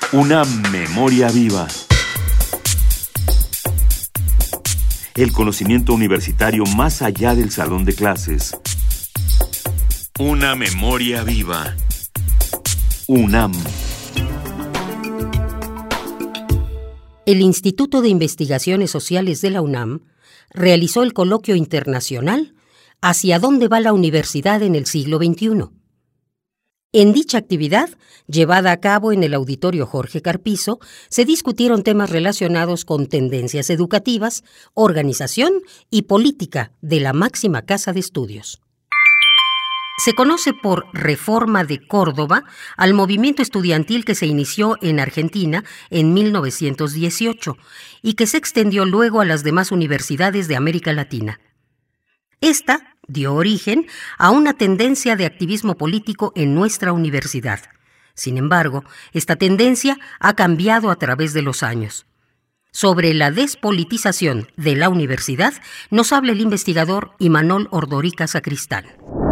Una memoria viva. El conocimiento universitario más allá del salón de clases. Una memoria viva. UNAM. El Instituto de Investigaciones Sociales de la UNAM realizó el coloquio internacional ¿Hacia dónde va la universidad en el siglo XXI? En dicha actividad, llevada a cabo en el Auditorio Jorge Carpizo, se discutieron temas relacionados con tendencias educativas, organización y política de la máxima casa de estudios. Se conoce por Reforma de Córdoba al movimiento estudiantil que se inició en Argentina en 1918 y que se extendió luego a las demás universidades de América Latina. Esta dio origen a una tendencia de activismo político en nuestra universidad. Sin embargo, esta tendencia ha cambiado a través de los años. Sobre la despolitización de la universidad nos habla el investigador Imanol Ordorica Sacristán.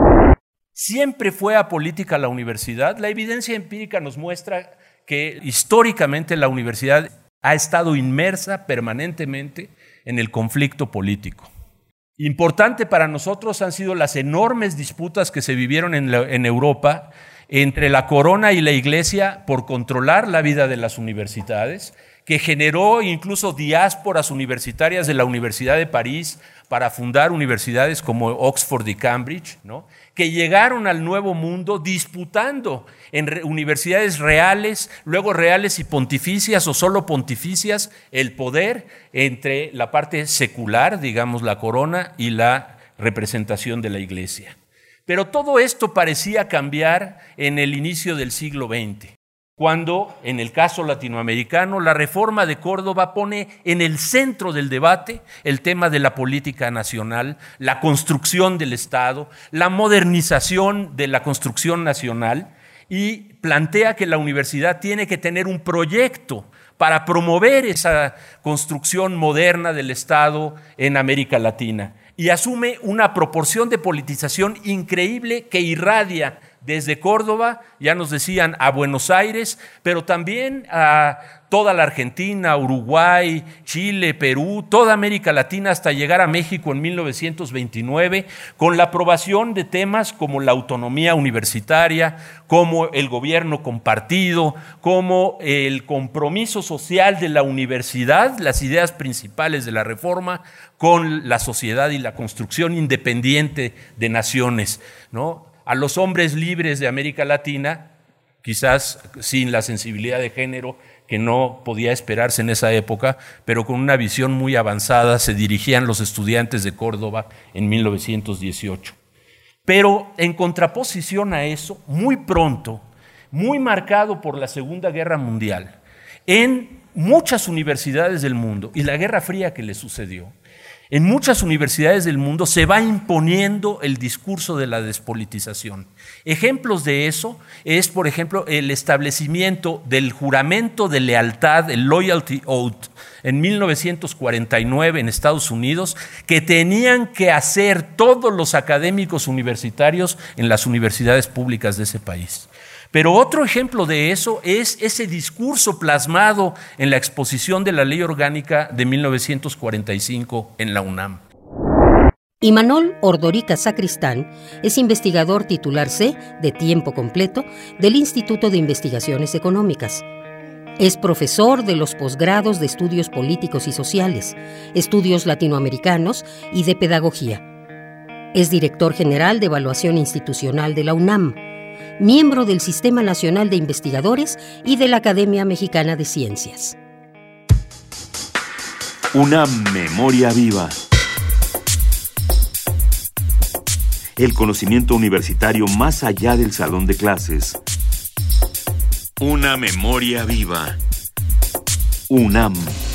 ¿Siempre fue apolítica la universidad? La evidencia empírica nos muestra que históricamente la universidad ha estado inmersa permanentemente en el conflicto político. Importante para nosotros han sido las enormes disputas que se vivieron en Europa entre la corona y la iglesia por controlar la vida de las universidades, que generó incluso diásporas universitarias de la Universidad de París para fundar universidades como Oxford y Cambridge, ¿no? Que llegaron al Nuevo Mundo disputando en universidades reales, luego reales y pontificias o solo pontificias, el poder entre la parte secular, digamos la corona, y la representación de la iglesia. Pero todo esto parecía cambiar en el inicio del siglo XX. Cuando, en el caso latinoamericano, la Reforma de Córdoba pone en el centro del debate el tema de la política nacional, la construcción del Estado, la modernización de la construcción nacional y plantea que la universidad tiene que tener un proyecto para promover esa construcción moderna del Estado en América Latina. Y asume una proporción de politización increíble que irradia desde Córdoba, ya nos decían, a Buenos Aires, pero también a toda la Argentina, Uruguay, Chile, Perú, toda América Latina, hasta llegar a México en 1929, con la aprobación de temas como la autonomía universitaria, como el gobierno compartido, como el compromiso social de la universidad, las ideas principales de la reforma, con la sociedad y la construcción independiente de naciones, ¿no? A los hombres libres de América Latina, quizás sin la sensibilidad de género que no podía esperarse en esa época, pero con una visión muy avanzada, se dirigían los estudiantes de Córdoba en 1918. Pero en contraposición a eso, muy pronto, muy marcado por la Segunda Guerra Mundial, en muchas universidades del mundo y la Guerra Fría que le sucedió, en muchas universidades del mundo se va imponiendo el discurso de la despolitización. Ejemplos de eso es, por ejemplo, el establecimiento del juramento de lealtad, el Loyalty Oath, en 1949 en Estados Unidos, que tenían que hacer todos los académicos universitarios en las universidades públicas de ese país. Pero otro ejemplo de eso es ese discurso plasmado en la exposición de la Ley Orgánica de 1945 en la UNAM. Imanol Ordorica Sacristán es investigador titular C de tiempo completo del Instituto de Investigaciones Económicas. Es profesor de los posgrados de Estudios Políticos y Sociales, Estudios Latinoamericanos y de Pedagogía. Es director general de Evaluación Institucional de la UNAM, miembro del Sistema Nacional de Investigadores y de la Academia Mexicana de Ciencias. Una memoria viva. El conocimiento universitario más allá del salón de clases. Una memoria viva. UNAM.